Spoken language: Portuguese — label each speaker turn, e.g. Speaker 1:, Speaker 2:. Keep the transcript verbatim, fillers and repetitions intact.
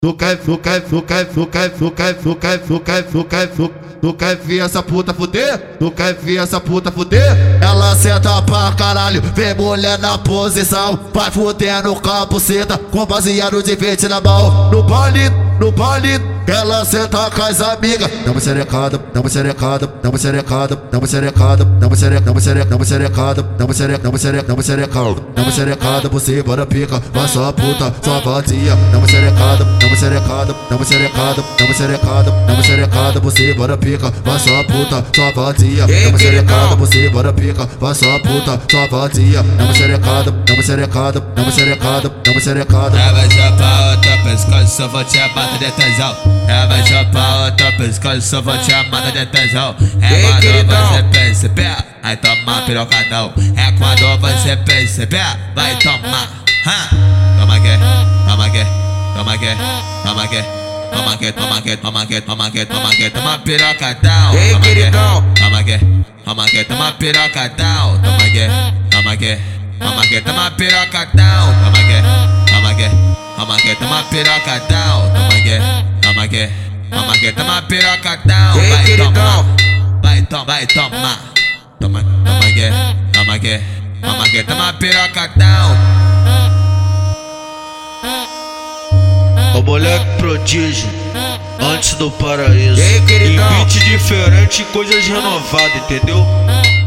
Speaker 1: Tu quer, tu quer, tu quer, tu quer, tu quer, tu quer, tu quer, tu quer, tu Tu quer ver essa puta fuder? Tu quer ver essa puta fuder? Ela senta pra caralho, vem mulher na posição. Vai fudendo com a buceta, com baseado de vinte na mão. No baile, no baile, ela senta com as amigas. Dá uma xerecada, dá uma xerecada, dá uma xerecada, dá uma xerecada, dá uma xerecada, dá uma xerecada, dá uma xerecada, dá uma xerecada, dá uma xerecada, dá uma xerecada, dá uma xerecada, você bora pica, vai só puta, só vazia. Dá uma xerecada, dá uma xerecada, dá uma xerecada, dá uma xerecada, dá uma xerecada, você bora pica, vai só puta, só vazia. Dá uma xerecada, você bora pica, vai só puta, só vazia. Dá uma xerecada, dá uma xerecada, dá uma xerecada, dá uma xerecada.
Speaker 2: Ela já pra outra pescoço, só vou te amar de tesão. Ela já pra outra pescoço, só vou te amar de tesão. É quando você perceber, vai tomar pirocadão. É quando você perceber, vai tomar. Toma que, toma que, toma que, toma que. Toma que, toma que, toma que, toma que, toma que, toma pirocadão. Toma que, toma que, toma que, toma pirocadão. Toma que, toma que, toma que, toma pirocadão. Toma que, toma que, toma que, toma pirocadão. Toma que, toma que, toma que, toma pirocadão. Vai tomar, vai tomar, vai tomar. Toma, toma que, toma que, toma que, toma pirocadão.
Speaker 3: O moleque prodígio, antes do paraíso.
Speaker 2: Ei,
Speaker 3: em beat diferente, coisas renovadas, entendeu?